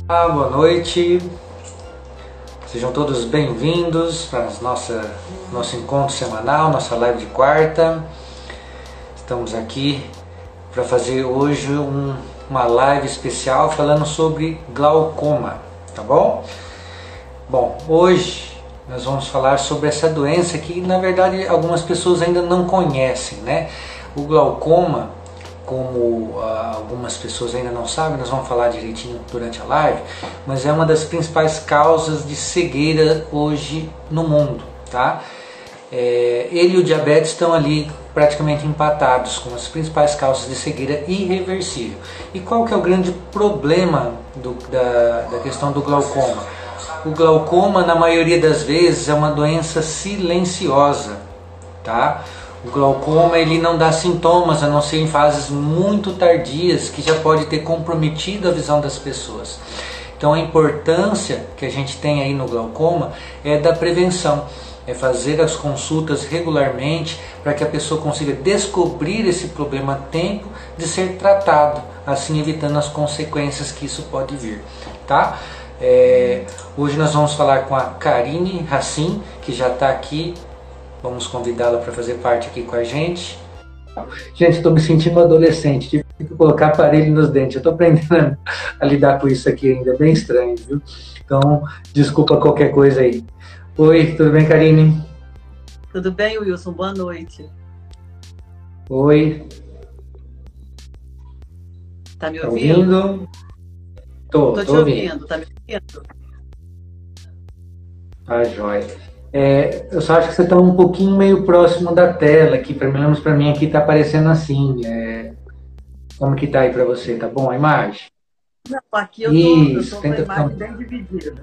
Boa noite, sejam todos bem-vindos para nosso encontro semanal, nossa live de quarta. Estamos aqui para fazer hoje uma live especial falando sobre glaucoma, tá bom? Bom, hoje nós vamos falar sobre essa doença que na verdade algumas pessoas ainda não conhecem, né? O glaucoma, como algumas pessoas ainda não sabem, nós vamos falar direitinho durante a live, mas é uma das principais causas de cegueira hoje no mundo, tá? Ele e o diabetes estão ali praticamente empatados como as principais causas de cegueira irreversível. E qual que é o grande problema da questão do glaucoma? O glaucoma, na maioria das vezes, é uma doença silenciosa, tá? O glaucoma ele não dá sintomas, a não ser em fases muito tardias, que já pode ter comprometido a visão das pessoas. Então a importância que a gente tem aí no glaucoma é da prevenção, é fazer as consultas regularmente para que a pessoa consiga descobrir esse problema a tempo de ser tratado, assim evitando as consequências que isso pode vir, tá? Hoje nós vamos falar com a Karine Racim, que já está aqui. Vamos convidá-la para fazer parte aqui com a gente. Gente, estou me sentindo adolescente, tive que colocar aparelho nos dentes. Eu estou aprendendo a lidar com isso aqui ainda, é bem estranho, viu? Então, desculpa qualquer coisa aí. Oi, tudo bem, Karine? Tudo bem, Wilson? Boa noite. Oi. Tá me ouvindo? Tô te ouvindo. Tá me ouvindo? Tá jóia. Eu só acho que você está um pouquinho meio próximo da tela aqui, pelo menos para mim aqui está aparecendo assim. Como que tá aí para você? Tá bom a imagem? Não, aqui eu tô com a imagem bem dividida.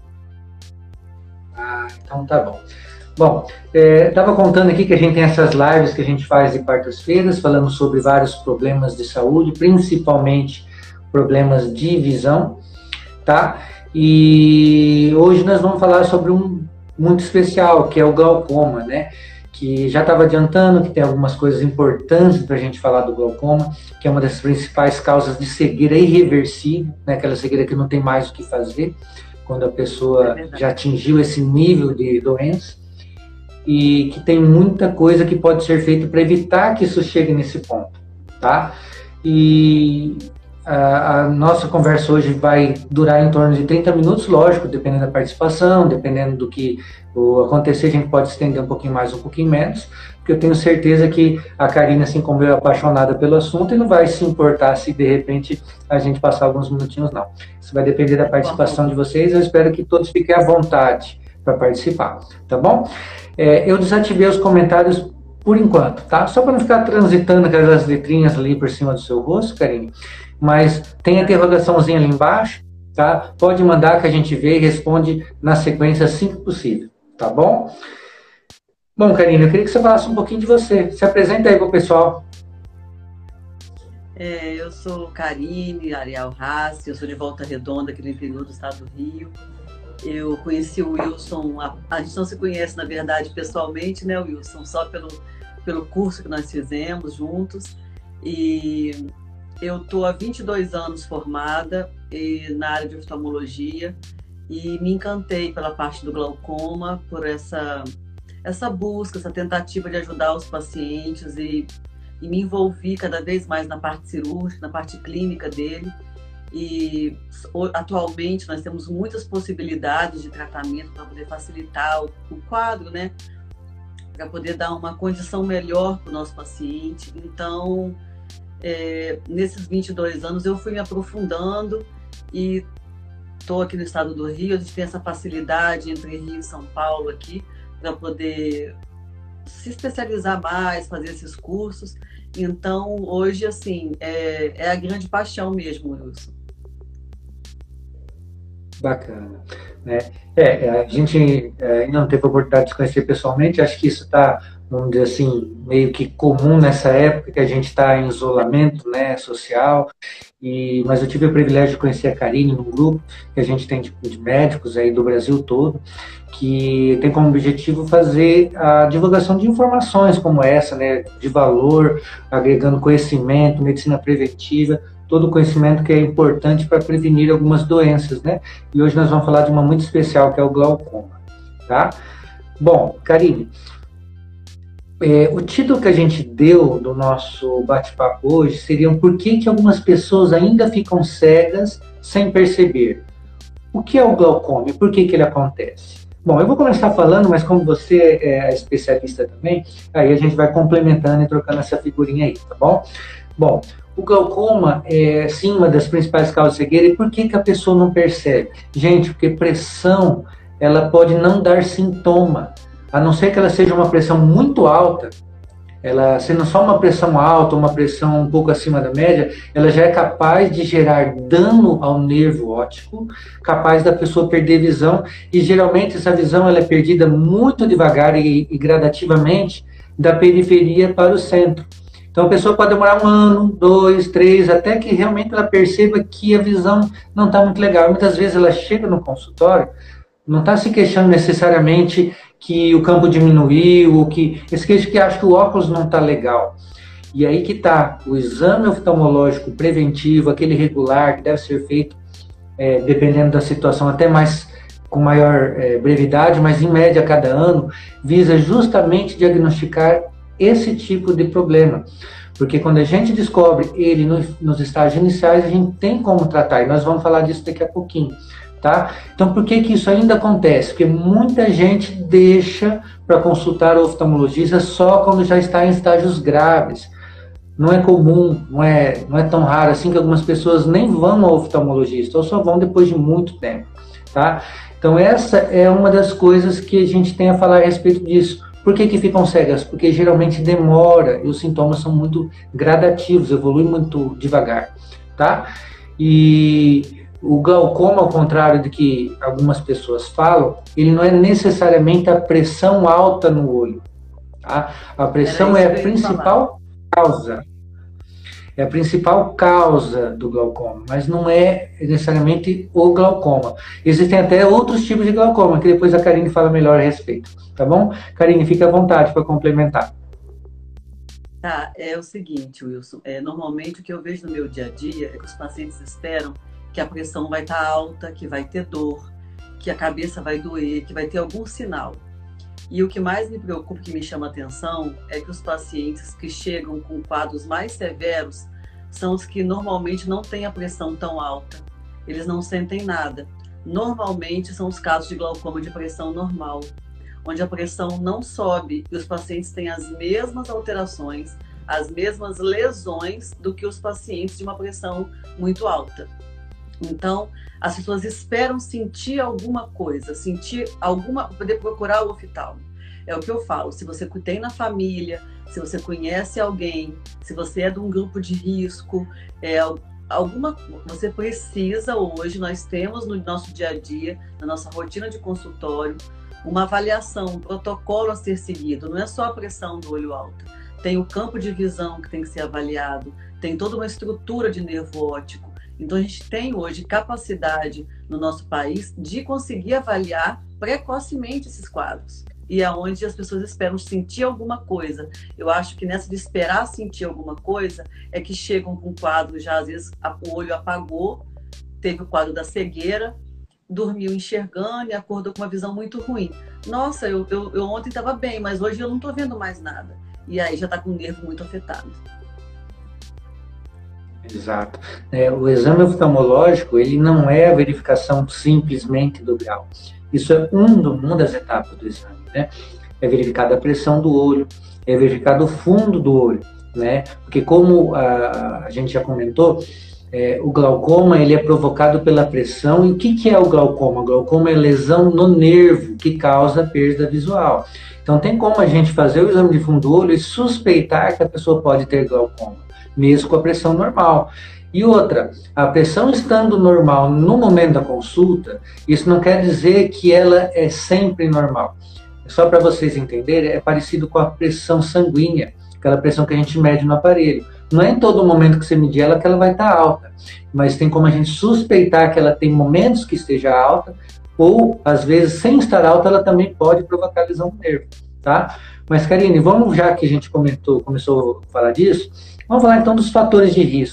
Então tá bom. Bom, estava contando aqui que a gente tem essas lives que a gente faz de quartas-feiras, falando sobre vários problemas de saúde, principalmente problemas de visão, tá? E hoje nós vamos falar sobre um muito especial, que é o glaucoma, né? Que já estava adiantando que tem algumas coisas importantes para a gente falar do glaucoma, que é uma das principais causas de cegueira irreversível, né? Aquela cegueira que não tem mais o que fazer, quando a pessoa já atingiu esse nível de doença, e que tem muita coisa que pode ser feita para evitar que isso chegue nesse ponto, tá? E a nossa conversa hoje vai durar em torno de 30 minutos, lógico, dependendo da participação, dependendo do que acontecer, a gente pode estender um pouquinho mais, um pouquinho menos, porque eu tenho certeza que a Karine, assim como eu, é apaixonada pelo assunto e não vai se importar se de repente a gente passar alguns minutinhos, não. Isso vai depender da participação de vocês, eu espero que todos fiquem à vontade para participar, tá bom? Eu desativei os comentários por enquanto, tá? Só para não ficar transitando aquelas letrinhas ali por cima do seu rosto, Karine. Mas tem a interrogaçãozinha ali embaixo, tá? Pode mandar que a gente vê e responde na sequência assim que possível, tá bom? Bom, Karine, eu queria que você falasse um pouquinho de você. Se apresenta aí para o pessoal. Eu sou Karine Ariel Rassi, eu sou de Volta Redonda, aqui no interior do estado do Rio. Eu conheci o Wilson, a gente não se conhece, na verdade, pessoalmente, né, Wilson? Só pelo curso que nós fizemos juntos. E eu estou há 22 anos formada na área de oftalmologia e me encantei pela parte do glaucoma, por essa busca, essa tentativa de ajudar os pacientes e me envolvi cada vez mais na parte cirúrgica, na parte clínica dele. E atualmente nós temos muitas possibilidades de tratamento para poder facilitar o quadro, né? Para poder dar uma condição melhor para o nosso paciente. Então, nesses 22 anos eu fui me aprofundando e estou aqui no estado do Rio. A gente tem essa facilidade entre Rio e São Paulo aqui para poder se especializar mais, fazer esses cursos. Então hoje assim é a grande paixão mesmo, Wilson. Bacana, né? A gente ainda não teve a oportunidade de se conhecer pessoalmente, acho que isso está, vamos dizer assim, meio que comum nessa época que a gente está em isolamento, né, social, mas eu tive o privilégio de conhecer a Karine num grupo que a gente tem de médicos aí do Brasil todo, que tem como objetivo fazer a divulgação de informações como essa, né, de valor, agregando conhecimento, medicina preventiva, todo o conhecimento que é importante para prevenir algumas doenças, né? E hoje nós vamos falar de uma muito especial, que é o glaucoma, tá? Bom, Karine, o título que a gente deu do nosso bate-papo hoje seria por que algumas pessoas ainda ficam cegas sem perceber. O que é o glaucoma e por que ele acontece? Bom, eu vou começar falando, mas como você é especialista também, aí a gente vai complementando e trocando essa figurinha aí, tá bom? Bom, o glaucoma é, sim, uma das principais causas de cegueira. E por que a pessoa não percebe? Gente, porque pressão, ela pode não dar sintoma, a não ser que ela seja uma pressão muito alta. Ela, sendo só uma pressão alta, uma pressão um pouco acima da média, ela já é capaz de gerar dano ao nervo óptico, capaz da pessoa perder visão, e geralmente essa visão ela é perdida muito devagar e gradativamente da periferia para o centro. Então a pessoa pode demorar 1 ano, 2, 3, até que realmente ela perceba que a visão não está muito legal. Muitas vezes ela chega no consultório, não está se queixando necessariamente que o campo diminuiu, que esse queixo que acha que o óculos não está legal. E aí que está o exame oftalmológico preventivo, aquele regular que deve ser feito, dependendo da situação, até mais com maior brevidade, mas em média a cada ano, visa justamente diagnosticar esse tipo de problema. Porque quando a gente descobre ele nos estágios iniciais, a gente tem como tratar, e nós vamos falar disso daqui a pouquinho. Tá? Então, por que isso ainda acontece? Porque muita gente deixa para consultar o oftalmologista só quando já está em estágios graves. Não é comum, não é tão raro assim que algumas pessoas nem vão ao oftalmologista, ou só vão depois de muito tempo. Tá? Então, essa é uma das coisas que a gente tem a falar a respeito disso. Por que ficam cegas? Porque geralmente demora e os sintomas são muito gradativos, evoluem muito devagar. Tá? E o glaucoma, ao contrário do que algumas pessoas falam, ele não é necessariamente a pressão alta no olho. Tá? A pressão é a principal causa. É a principal causa do glaucoma, mas não é necessariamente o glaucoma. Existem até outros tipos de glaucoma, que depois a Karine fala melhor a respeito. Tá bom? Karine, fique à vontade para complementar. Tá, é o seguinte, Wilson. Normalmente o que eu vejo no meu dia a dia é que os pacientes esperam que a pressão vai estar alta, que vai ter dor, que a cabeça vai doer, que vai ter algum sinal. E o que mais me preocupa, que me chama a atenção, é que os pacientes que chegam com quadros mais severos são os que normalmente não têm a pressão tão alta. Eles não sentem nada. Normalmente são os casos de glaucoma de pressão normal, onde a pressão não sobe e os pacientes têm as mesmas alterações, as mesmas lesões do que os pacientes de uma pressão muito alta. Então, as pessoas esperam sentir alguma coisa, poder procurar o oftalmo. É o que eu falo, se você tem na família, se você conhece alguém, se você é de um grupo de risco, você precisa hoje, nós temos no nosso dia a dia, na nossa rotina de consultório, uma avaliação, um protocolo a ser seguido. Não é só a pressão do olho alta, tem o campo de visão que tem que ser avaliado, tem toda uma estrutura de nervo óptico. Então, a gente tem hoje capacidade no nosso país de conseguir avaliar precocemente esses quadros. E é onde as pessoas esperam sentir alguma coisa. Eu acho que nessa de esperar sentir alguma coisa é que chegam com um quadro, já às vezes o olho apagou, teve o quadro da cegueira, dormiu enxergando e acordou com uma visão muito ruim. Nossa, eu ontem estava bem, mas hoje eu não estou vendo mais nada. E aí já está com o nervo muito afetado. Exato. O exame oftalmológico, ele não é a verificação simplesmente do grau. Isso é uma das etapas do exame, né? É verificada a pressão do olho, é verificado o fundo do olho, né? Porque como a gente já comentou, o glaucoma, ele é provocado pela pressão. E o que é o glaucoma? O glaucoma é lesão no nervo que causa perda visual. Então tem como a gente fazer o exame de fundo do olho e suspeitar que a pessoa pode ter glaucoma, mesmo com a pressão normal. E outra, a pressão estando normal no momento da consulta, isso não quer dizer que ela é sempre normal. Só para vocês entenderem, é parecido com a pressão sanguínea, aquela pressão que a gente mede no aparelho. Não é em todo momento que você medir ela que ela vai estar alta, mas tem como a gente suspeitar que ela tem momentos que esteja alta, ou às vezes sem estar alta ela também pode provocar lesão no nervo, tá? Mas Karine, vamos, já que a gente começou a falar disso, vamos falar então dos fatores de risco.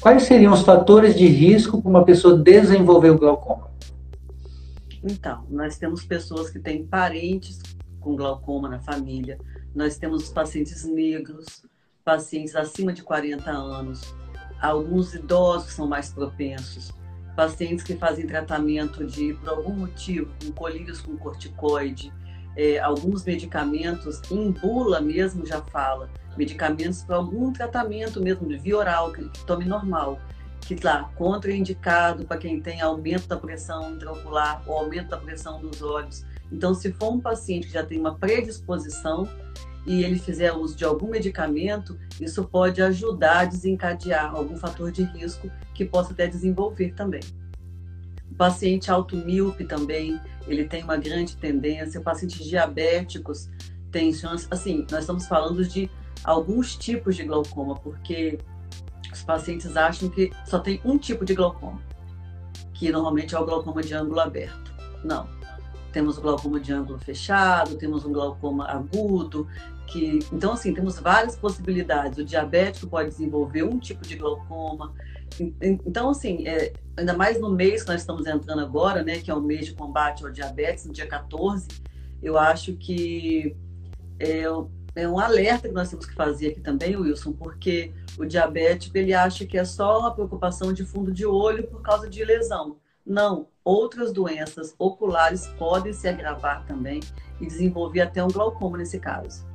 quais seriam os fatores de risco para uma pessoa desenvolver o glaucoma? Então, nós temos pessoas que têm parentes com glaucoma na família, nós temos os pacientes negros, pacientes acima de 40 anos, alguns idosos que são mais propensos, pacientes que fazem tratamento por algum motivo, com colírios com corticoide, alguns medicamentos, em bula mesmo já fala, medicamentos para algum tratamento mesmo de via oral, que tome normal, que está contraindicado para quem tem aumento da pressão intraocular ou aumento da pressão dos olhos. Então, se for um paciente que já tem uma predisposição e ele fizer uso de algum medicamento, isso pode ajudar a desencadear algum fator de risco que possa até desenvolver também. O paciente automíope também, ele tem uma grande tendência. Pacientes diabéticos têm chance, assim, nós estamos falando de alguns tipos de glaucoma, porque os pacientes acham que só tem um tipo de glaucoma, que normalmente é o glaucoma de ângulo aberto. Não. Temos o glaucoma de ângulo fechado, temos um glaucoma agudo, então, assim, temos várias possibilidades. O diabético pode desenvolver um tipo de glaucoma. Então, assim, ainda mais no mês que nós estamos entrando agora, né, que é o mês de combate ao diabetes, no dia 14, eu acho que é um alerta que nós temos que fazer aqui também, Wilson, porque o diabético, ele acha que é só uma preocupação de fundo de olho por causa de lesão. Não, outras doenças oculares podem se agravar também e desenvolver até um glaucoma nesse caso.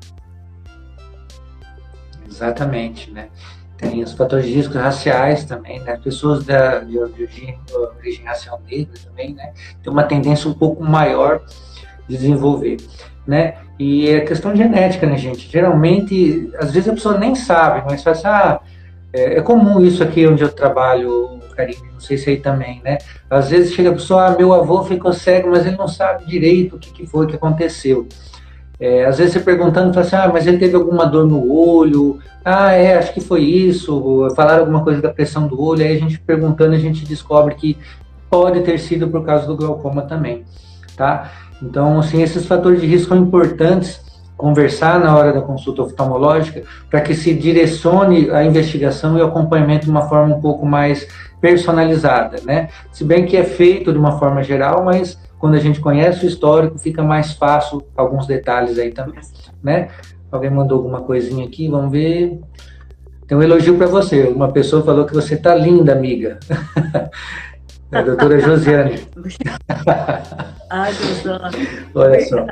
Exatamente, né? Tem os fatores de risco raciais também, né? Pessoas de origem racial negra também, né? Tem uma tendência um pouco maior de desenvolver, né? E é questão genética, né, gente? Geralmente, às vezes a pessoa nem sabe, mas fala assim, é comum isso aqui onde eu trabalho, Karine, não sei se aí também, né? Às vezes chega a pessoa, meu avô ficou cego, mas ele não sabe direito o que foi que aconteceu. Às vezes você perguntando, fala assim, mas ele teve alguma dor no olho, acho que foi isso, falaram alguma coisa da pressão do olho, aí a gente perguntando, a gente descobre que pode ter sido por causa do glaucoma também, tá? Então, assim, esses fatores de risco são importantes conversar na hora da consulta oftalmológica para que se direcione a investigação e o acompanhamento de uma forma um pouco mais personalizada, né? Se bem que é feito de uma forma geral, mas quando a gente conhece o histórico, fica mais fácil alguns detalhes aí também, né? Alguém mandou alguma coisinha aqui, vamos ver. Tem um elogio para você. Uma pessoa falou que você tá linda, amiga. É a doutora Josiane. Ai, Josiane. Olha só.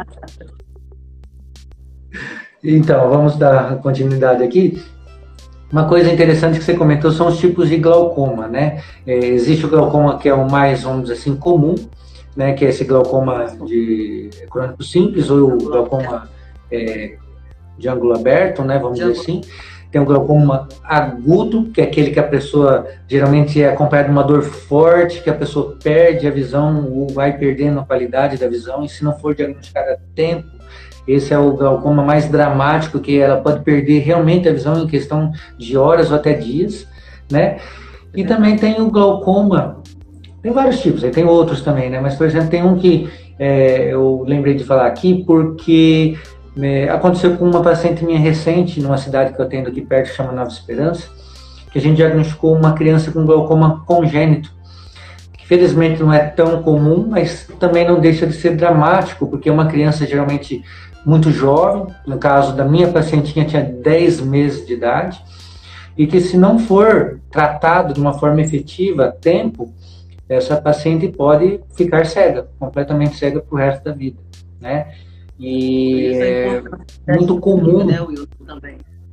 Então, vamos dar continuidade aqui. Uma coisa interessante que você comentou são os tipos de glaucoma, né? Existe o glaucoma que é o mais, vamos dizer assim, comum, né, que é esse glaucoma de crônico simples, ou o glaucoma de ângulo aberto, né, vamos dizer assim. Tem o glaucoma agudo, que é aquele que a pessoa geralmente é acompanhado de uma dor forte, que a pessoa perde a visão ou vai perdendo a qualidade da visão, e se não for diagnosticado a tempo, esse é o glaucoma mais dramático, que ela pode perder realmente a visão em questão de horas ou até dias, né? E também tem o glaucoma. Tem vários tipos, aí tem outros também, né? Mas, por exemplo, tem um que eu lembrei de falar aqui porque aconteceu com uma paciente minha recente, numa cidade que eu tenho aqui perto, que chama Nova Esperança, que a gente diagnosticou uma criança com glaucoma congênito, que felizmente não é tão comum, mas também não deixa de ser dramático, porque é uma criança geralmente muito jovem, no caso da minha pacientinha tinha 10 meses de idade, e que se não for tratado de uma forma efetiva a tempo, essa paciente pode ficar cega, completamente cega para o resto da vida, né? E é muito comum... Né, Wilson, também.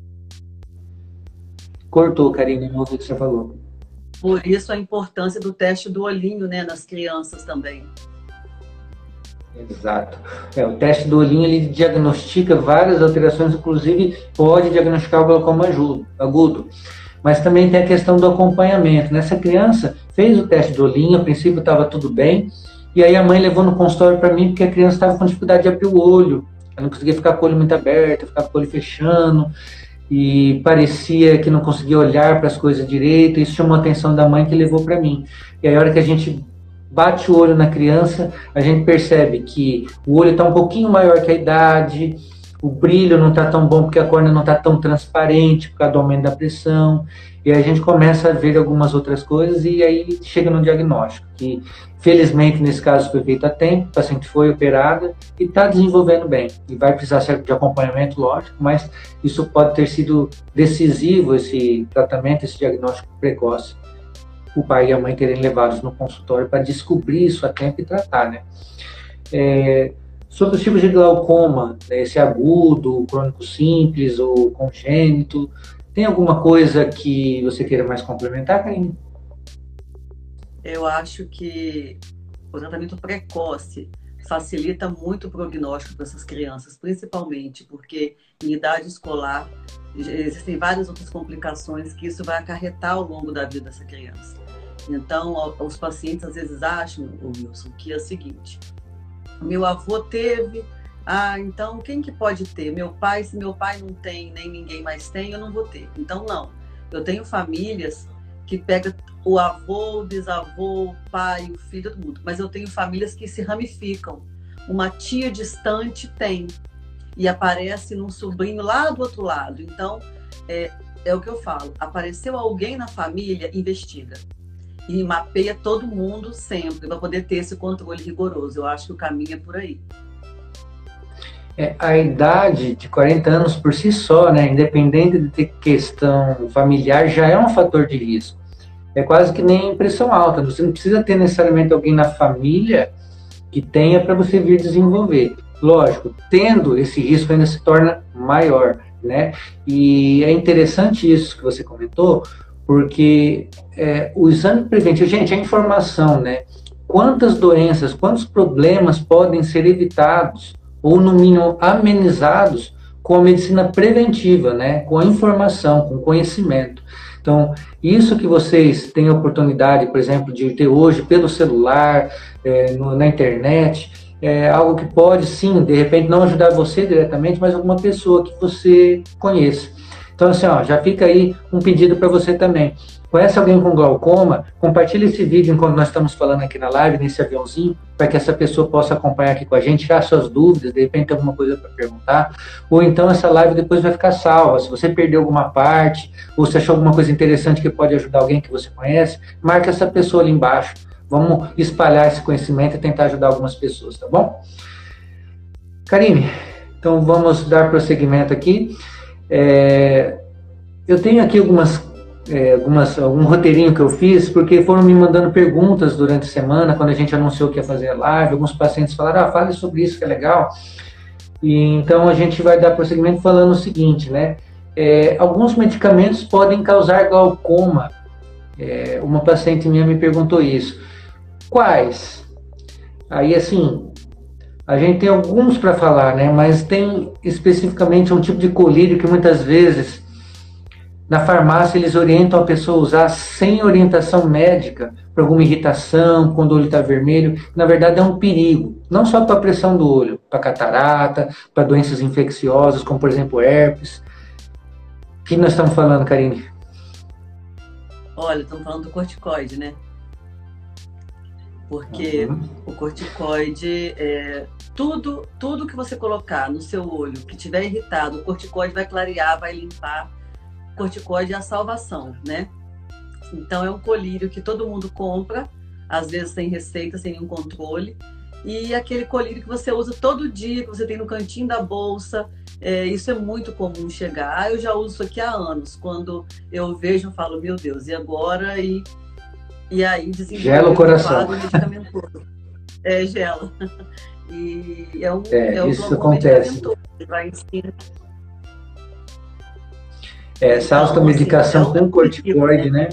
Cortou, Karine, não ouvi o que você falou. Por isso a importância do teste do olhinho, né, nas crianças também. Exato. O teste do olhinho, ele diagnostica várias alterações, inclusive pode diagnosticar o glaucoma agudo. Mas também tem a questão do acompanhamento. Nessa criança fez o teste do olhinho, a princípio estava tudo bem, e aí a mãe levou no consultório para mim porque a criança estava com dificuldade de abrir o olho, ela não conseguia ficar com o olho muito aberto, ficava com o olho fechando, e parecia que não conseguia olhar para as coisas direito. Isso chamou a atenção da mãe, que levou para mim. E aí a hora que a gente bate o olho na criança, a gente percebe que o olho está um pouquinho maior que a idade, o brilho não está tão bom porque a córnea não está tão transparente por causa do aumento da pressão, e aí a gente começa a ver algumas outras coisas e aí chega no diagnóstico, que felizmente nesse caso foi feito a tempo, o paciente foi operado e está desenvolvendo bem, e vai precisar de acompanhamento, lógico, mas isso pode ter sido decisivo, esse tratamento, esse diagnóstico precoce, o pai e a mãe terem levados no consultório para descobrir isso a tempo e tratar, né? Sobre os tipos de glaucoma, né, esse agudo, crônico simples ou congênito, tem alguma coisa que você queira mais complementar, Karine? Eu acho que o tratamento precoce facilita muito o prognóstico para essas crianças, principalmente porque em idade escolar existem várias outras complicações que isso vai acarretar ao longo da vida dessa criança. Então, os pacientes às vezes acham, Wilson, que é o seguinte: meu avô teve, então quem que pode ter? Meu pai, se meu pai não tem, nem ninguém mais tem, eu não vou ter. Então não, eu tenho famílias que pegam o avô, o bisavô, o pai, o filho, todo mundo, mas eu tenho famílias que se ramificam. Uma tia distante tem, e aparece num sobrinho lá do outro lado. Então, é o que eu falo, apareceu alguém na família, investiga. E mapeia todo mundo sempre, para poder ter esse controle rigoroso. Eu acho que o caminho é por aí. A idade de 40 anos por si só, né, independente de ter questão familiar, já é um fator de risco. É quase que nem pressão alta. Você não precisa ter necessariamente alguém na família que tenha para você vir desenvolver. Lógico, tendo esse risco ainda se torna maior, né? E é interessante isso que você comentou, porque o exame preventivo, gente, a informação, né? Quantas doenças, quantos problemas podem ser evitados ou, no mínimo, amenizados com a medicina preventiva, né? Com a informação, com o conhecimento. Então, isso que vocês têm a oportunidade, por exemplo, de ter hoje pelo celular, na internet, é algo que pode, sim, de repente, não ajudar você diretamente, mas alguma pessoa que você conheça. Então, assim, já fica aí um pedido para você também. Conhece alguém com glaucoma? Compartilhe esse vídeo enquanto nós estamos falando aqui na live, nesse aviãozinho, para que essa pessoa possa acompanhar aqui com a gente, tirar suas dúvidas, de repente tem alguma coisa para perguntar, ou então essa live depois vai ficar salva. Se você perdeu alguma parte, ou se achou alguma coisa interessante que pode ajudar alguém que você conhece, marque essa pessoa ali embaixo. Vamos espalhar esse conhecimento e tentar ajudar algumas pessoas, tá bom? Karine, então vamos dar prosseguimento aqui. Eu tenho aqui algum roteirinho que eu fiz, porque foram me mandando perguntas durante a semana, quando a gente anunciou que ia fazer a live, alguns pacientes falaram, fale sobre isso, que é legal. E então a gente vai dar prosseguimento falando o seguinte, né? Alguns medicamentos podem causar glaucoma. Uma paciente minha me perguntou isso. Quais? Aí, assim, a gente tem alguns para falar, né? Mas tem especificamente um tipo de colírio que muitas vezes na farmácia eles orientam a pessoa a usar sem orientação médica para alguma irritação, quando o olho está vermelho. Na verdade é um perigo, não só para a pressão do olho, para catarata, para doenças infecciosas, como por exemplo herpes. O que nós estamos falando, Karine? Olha, estamos falando do corticoide, né? Porque o corticoide, tudo que você colocar no seu olho que tiver irritado, o corticoide vai clarear, vai limpar. O corticoide é a salvação, né? Então é um colírio que todo mundo compra, às vezes sem receita, sem nenhum controle, e aquele colírio que você usa todo dia, que você tem no cantinho da bolsa, isso é muito comum chegar. Eu já uso isso aqui há anos. Quando eu vejo, eu falo, meu Deus, e agora? E aí desenvolve gela o coração. Medicamentoso. Gela. E isso acontece. Vai em cima. Essa automedicação com corticoide, né?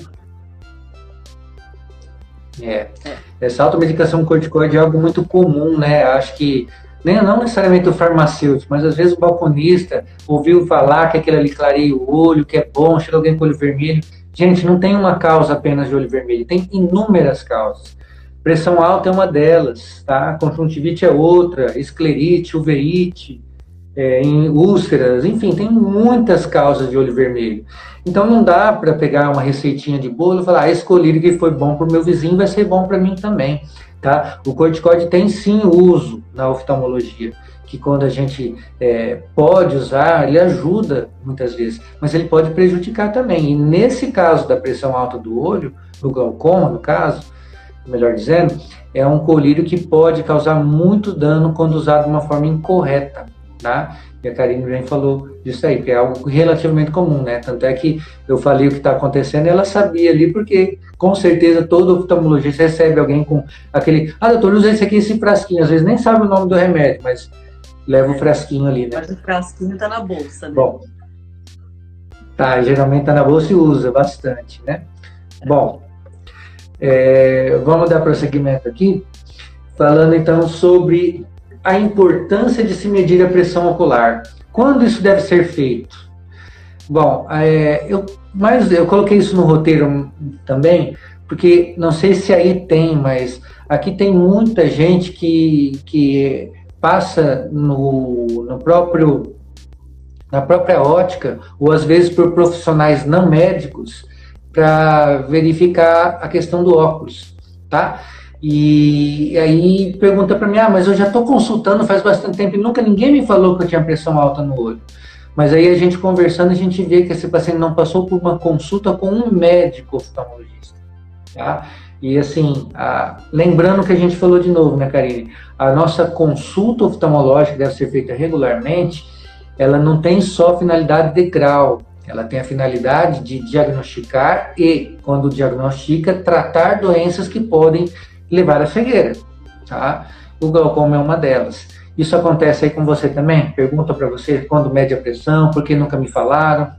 Essa automedicação com corticoide é algo muito comum, né? Acho que não necessariamente o farmacêutico, mas às vezes o balconista ouviu falar que aquilo ali clareia o olho, que é bom, chega alguém com o olho vermelho. Gente, não tem uma causa apenas de olho vermelho, tem inúmeras causas. Pressão alta é uma delas, tá? Conjuntivite é outra, esclerite, uveíte, úlceras, enfim, tem muitas causas de olho vermelho. Então não dá para pegar uma receitinha de bolo e falar, esse colírio que foi bom para o meu vizinho vai ser bom para mim também, tá? O corticoide tem sim uso na oftalmologia, que quando a gente pode usar, ele ajuda muitas vezes, mas ele pode prejudicar também. E nesse caso da pressão alta do olho, do glaucoma, no caso, melhor dizendo, é um colírio que pode causar muito dano quando usado de uma forma incorreta, tá? E a Karine bem falou disso aí, que é algo relativamente comum, né? Tanto é que eu falei o que está acontecendo e ela sabia ali, porque com certeza todo oftalmologista recebe alguém com aquele, doutor, usa esse aqui, esse frasquinho, às vezes nem sabe o nome do remédio, mas leva o frasquinho ali, né? Mas o frasquinho está na bolsa, né? Bom, geralmente está na bolsa e usa bastante, né? Bom, vamos dar prosseguimento aqui, falando então sobre a importância de se medir a pressão ocular. Quando isso deve ser feito? Bom, eu coloquei isso no roteiro também, porque não sei se aí tem, mas aqui tem muita gente que passa na própria ótica, ou às vezes por profissionais não médicos, para verificar a questão do óculos, tá? E aí pergunta para mim, mas eu já estou consultando faz bastante tempo e ninguém me falou que eu tinha pressão alta no olho. Mas aí a gente conversando, a gente vê que esse paciente não passou por uma consulta com um médico oftalmologista, tá? E assim, lembrando que a gente falou de novo, né, Karine? A nossa consulta oftalmológica deve ser feita regularmente, ela não tem só finalidade de grau, ela tem a finalidade de diagnosticar e, quando diagnostica, tratar doenças que podem levar à cegueira, tá? O glaucoma é uma delas. Isso acontece aí com você também? Pergunta para você quando mede a pressão, por que nunca me falaram?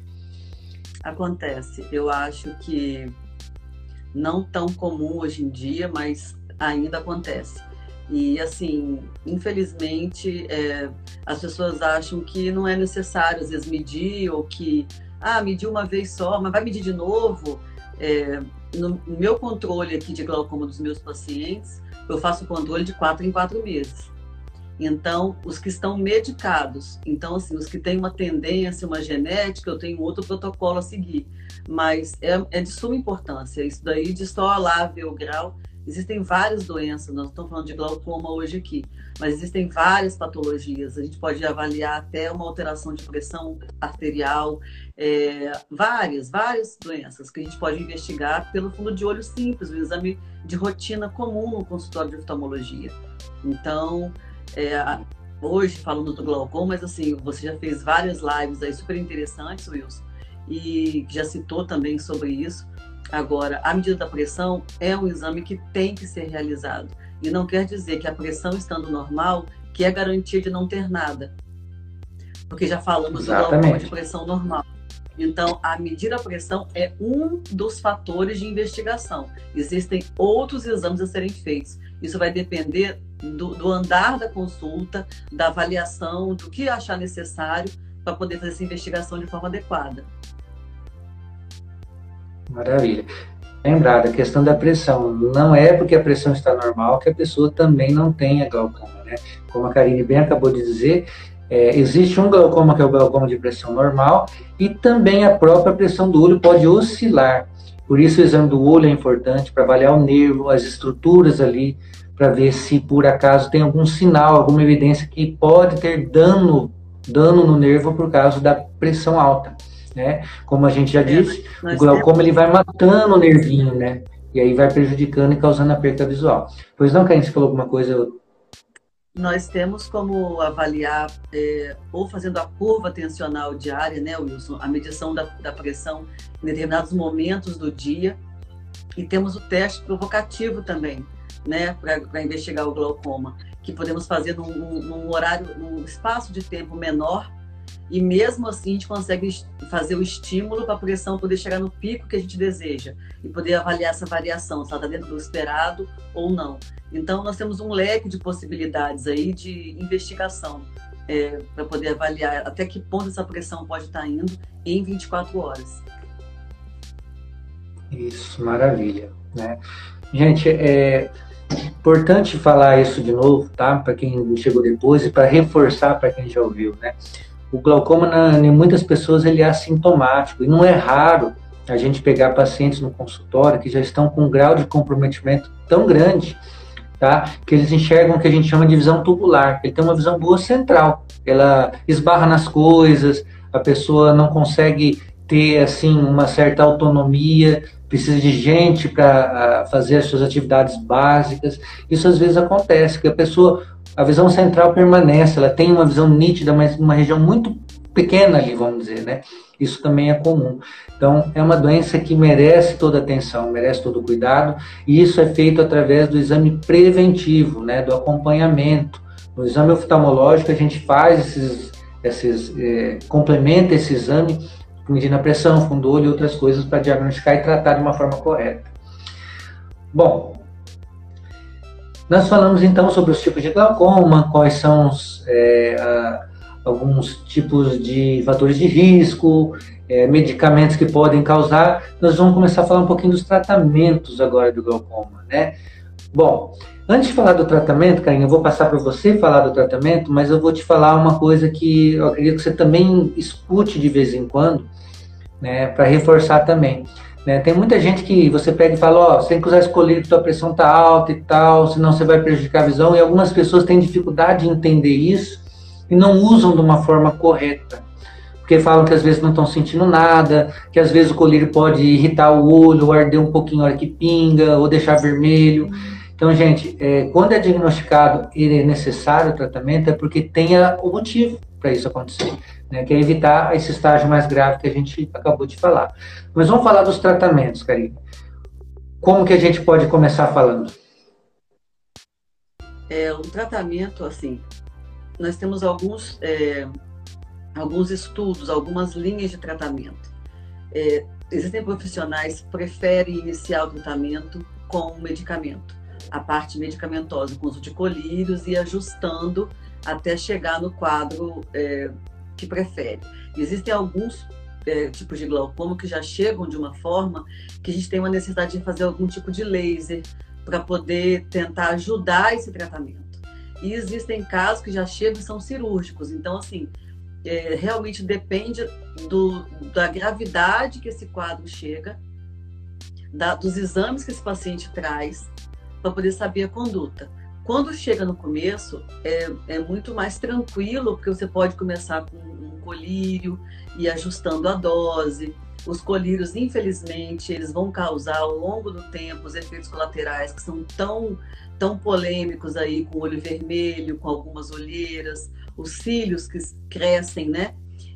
Acontece. Eu acho que não tão comum hoje em dia, mas ainda acontece. E assim, infelizmente, as pessoas acham que não é necessário às vezes medir, ou que, mediu uma vez só, mas vai medir de novo. No meu controle aqui de glaucoma dos meus pacientes, eu faço o controle de 4 em 4 meses. Então, os que estão medicados, então assim, os que têm uma tendência, uma genética, eu tenho outro protocolo a seguir. Mas é de suma importância. Isso daí de só lá ver o grau. Existem várias doenças, nós estamos falando de glaucoma hoje aqui, mas existem várias patologias. A gente pode avaliar até uma alteração de pressão arterial, várias doenças que a gente pode investigar pelo fundo de olho simples, um exame de rotina comum no consultório de oftalmologia. Então, hoje falando do glaucoma, mas assim, você já fez várias lives aí super interessantes, Wilson, e já citou também sobre isso. Agora, a medida da pressão é um exame que tem que ser realizado. E não quer dizer que a pressão estando normal, que é garantia de não ter nada. Porque já falamos do glaucoma de pressão normal. Então, a medir a pressão é um dos fatores de investigação. Existem outros exames a serem feitos. Isso vai depender do andar da consulta, da avaliação, do que achar necessário para poder fazer essa investigação de forma adequada. Maravilha. Lembrado, a questão da pressão. Não é porque a pressão está normal que a pessoa também não tenha glaucoma, né? Como a Karine bem acabou de dizer, existe um glaucoma que é o glaucoma de pressão normal e também a própria pressão do olho pode oscilar. Por isso o exame do olho é importante para avaliar o nervo, as estruturas ali, para ver se por acaso tem algum sinal, alguma evidência que pode ter dano no nervo por causa da pressão alta. Né? Como a gente já disse, o glaucoma ele vai matando o nervinho, né? E aí vai prejudicando e causando a perda visual. Pois não, Karine, você falou alguma coisa? Nós temos como avaliar, ou fazendo a curva tensional diária, né, Wilson? A medição da pressão em determinados momentos do dia. E temos o teste provocativo também, né, para investigar o glaucoma, que podemos fazer num horário, num espaço de tempo menor. E mesmo assim a gente consegue fazer o estímulo para a pressão poder chegar no pico que a gente deseja e poder avaliar essa variação, se ela está dentro do esperado ou não. Então nós temos um leque de possibilidades aí de investigação para poder avaliar até que ponto essa pressão pode estar indo em 24 horas. Isso, maravilha, né? Gente, é importante falar isso de novo, tá? Para quem chegou depois e para reforçar para quem já ouviu, né? O glaucoma, em muitas pessoas, ele é assintomático. E não é raro a gente pegar pacientes no consultório que já estão com um grau de comprometimento tão grande tá? Que eles enxergam o que a gente chama de visão tubular. Ele tem uma visão boa central. Ela esbarra nas coisas, a pessoa não consegue ter assim uma certa autonomia, precisa de gente para fazer as suas atividades básicas. Isso às vezes acontece, que a pessoa, a visão central permanece, ela tem uma visão nítida, mas uma região muito pequena ali, vamos dizer, né? Isso também é comum. Então, é uma doença que merece toda atenção, merece todo cuidado, e isso é feito através do exame preventivo, né, do acompanhamento. No exame oftalmológico, a gente faz complementa esse exame, medindo a pressão, fundo do olho e outras coisas para diagnosticar e tratar de uma forma correta. Bom, nós falamos então sobre os tipos de glaucoma, quais são alguns tipos de fatores de risco, medicamentos que podem causar. Nós vamos começar a falar um pouquinho dos tratamentos agora do glaucoma, né? Bom, antes de falar do tratamento, Karine, eu vou passar para você falar do tratamento, mas eu vou te falar uma coisa que eu acredito que você também escute de vez em quando, né, para reforçar também. Né? Tem muita gente que você pega e fala, ó, você tem que usar esse colírio porque tua pressão tá alta e tal, senão você vai prejudicar a visão, e algumas pessoas têm dificuldade de entender isso e não usam de uma forma correta, porque falam que às vezes não estão sentindo nada, que às vezes o colírio pode irritar o olho, ou arder um pouquinho na hora que pinga, ou deixar vermelho. Então, gente, quando é diagnosticado e é necessário o tratamento, é porque tenha o motivo para isso acontecer, né? Que é evitar esse estágio mais grave que a gente acabou de falar. Mas vamos falar dos tratamentos, Karine. Como que a gente pode começar falando? O tratamento, assim, nós temos alguns estudos, algumas linhas de tratamento. Existem profissionais que preferem iniciar o tratamento com medicamento, a parte medicamentosa, com uso de colírios e ajustando até chegar no quadro que prefere. Existem alguns tipos de glaucoma que já chegam de uma forma que a gente tem uma necessidade de fazer algum tipo de laser para poder tentar ajudar esse tratamento. E existem casos que já chegam e são cirúrgicos. Então, assim, realmente depende da gravidade que esse quadro chega, dos exames que esse paciente traz, para poder saber a conduta. Quando chega no começo, é muito mais tranquilo, porque você pode começar com um colírio e ajustando a dose. Os colírios, infelizmente, eles vão causar ao longo do tempo os efeitos colaterais que são tão polêmicos aí, com o olho vermelho, com algumas olheiras, os cílios que crescem, né?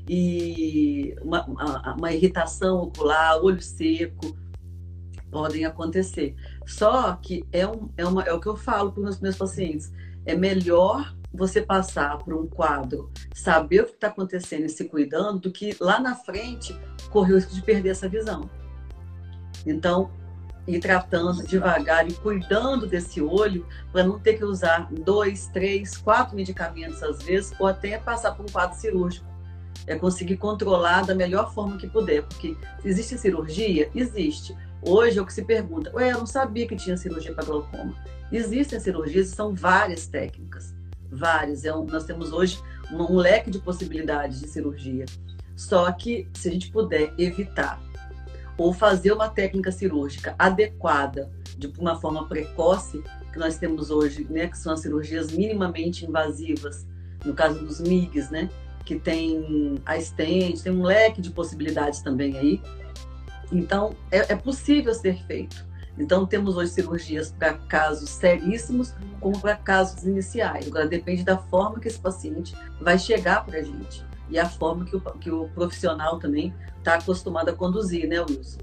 E uma irritação ocular, olho seco, podem acontecer. Só que é o que eu falo para os meus pacientes, é melhor você passar por um quadro, saber o que está acontecendo e se cuidando, do que lá na frente correr o risco de perder essa visão. Então, ir tratando devagar e cuidando desse olho para não ter que usar 2, 3, 4 medicamentos às vezes, ou até passar por um quadro cirúrgico. É conseguir controlar da melhor forma que puder, porque existe cirurgia? Existe. Hoje é o que se pergunta, eu não sabia que tinha cirurgia para glaucoma. Existem cirurgias e são várias técnicas, várias. Nós temos hoje um leque de possibilidades de cirurgia. Só que se a gente puder evitar ou fazer uma técnica cirúrgica adequada, de uma forma precoce, que nós temos hoje, né, que são as cirurgias minimamente invasivas, no caso dos MIGs, né, que tem a stent, tem um leque de possibilidades também aí. Então, é possível ser feito. Então, temos hoje cirurgias para casos seríssimos, como para casos iniciais. Agora, depende da forma que esse paciente vai chegar para a gente e a forma que o profissional também está acostumado a conduzir, né, Wilson?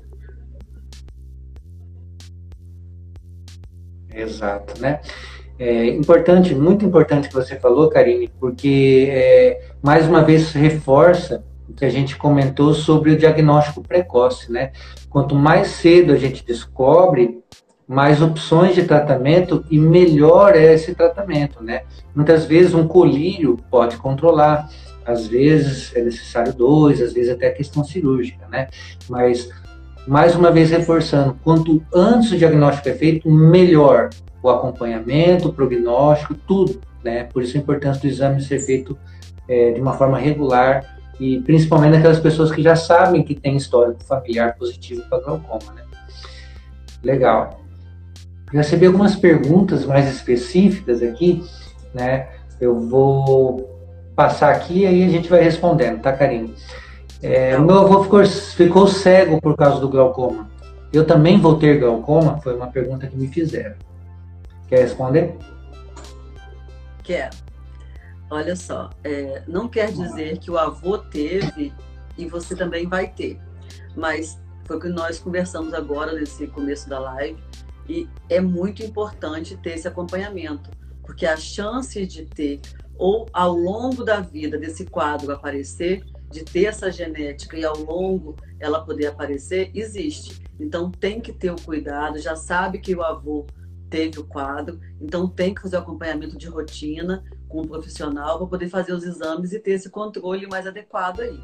Exato, né? Importante, muito importante que você falou, Karine, porque mais uma vez reforça o que a gente comentou sobre o diagnóstico precoce, né? Quanto mais cedo a gente descobre, mais opções de tratamento e melhor é esse tratamento, né? Muitas vezes um colírio pode controlar, às vezes é necessário 2, às vezes até questão cirúrgica, né? Mas, mais uma vez reforçando, quanto antes o diagnóstico é feito, melhor o acompanhamento, o prognóstico, tudo, né? Por isso a importância do exame ser feito de uma forma regular, e principalmente naquelas pessoas que já sabem que tem histórico familiar positivo para glaucoma, né? Legal. recebi algumas perguntas mais específicas aqui, né? Eu vou passar aqui e aí a gente vai respondendo, tá, Karine? Meu avô ficou cego por causa do glaucoma. Eu também vou ter glaucoma? Foi uma pergunta que me fizeram. Quer responder? Quero. Olha só, não quer dizer que o avô teve e você também vai ter. Mas foi o que nós conversamos agora nesse começo da live. E é muito importante ter esse acompanhamento, porque a chance de ter, ou ao longo da vida desse quadro aparecer, de ter essa genética e ao longo ela poder aparecer, existe. Então tem que ter o cuidado, já sabe que o avô teve o quadro, então tem que fazer o acompanhamento de rotina com um profissional para poder fazer os exames e ter esse controle mais adequado aí.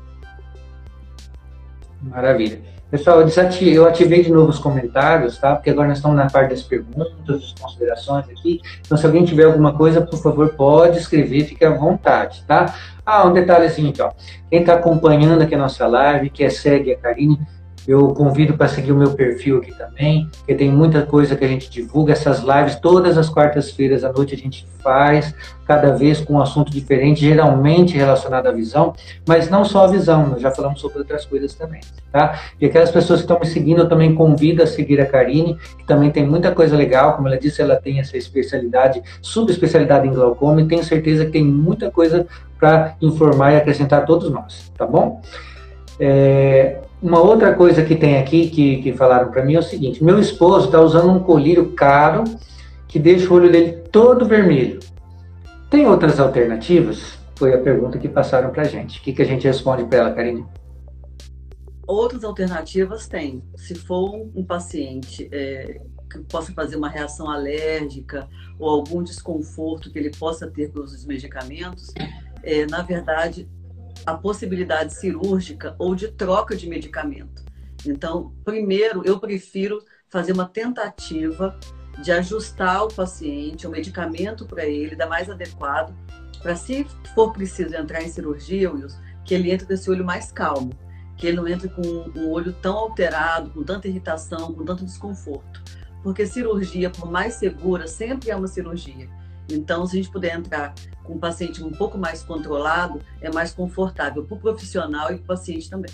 Maravilha. Pessoal, eu ativei de novo os comentários, tá? Porque agora nós estamos na parte das perguntas, das considerações aqui. Então, se alguém tiver alguma coisa, por favor, pode escrever, fique à vontade, tá? Um detalhezinho aqui, ó. Quem está acompanhando aqui a nossa live, que segue a Karine, eu convido para seguir o meu perfil aqui também, porque tem muita coisa que a gente divulga, essas lives, todas as quartas-feiras à noite a gente faz, cada vez com um assunto diferente, geralmente relacionado à visão, mas não só a visão, nós já falamos sobre outras coisas também, tá? E aquelas pessoas que estão me seguindo, eu também convido a seguir a Karine, que também tem muita coisa legal, como ela disse, ela tem essa especialidade, subespecialidade em glaucoma, e tenho certeza que tem muita coisa para informar e acrescentar a todos nós, tá bom? Uma outra coisa que tem aqui, que falaram para mim, é o seguinte: meu esposo está usando um colírio caro que deixa o olho dele todo vermelho. Tem outras alternativas? Foi a pergunta que passaram para a gente. O que a gente responde para ela, Karine? Outras alternativas tem. Se for um paciente que possa fazer uma reação alérgica ou algum desconforto que ele possa ter com os medicamentos, na verdade, a possibilidade cirúrgica ou de troca de medicamento. Então, primeiro, eu prefiro fazer uma tentativa de ajustar o paciente, o medicamento para ele, da mais adequado, para, se for preciso entrar em cirurgia, Wilson, que ele entre com esse olho mais calmo, que ele não entre com um olho tão alterado, com tanta irritação, com tanto desconforto. Porque cirurgia, por mais segura, sempre é uma cirurgia. Então, se a gente puder entrar com um paciente um pouco mais controlado, é mais confortável para o profissional e para o paciente também.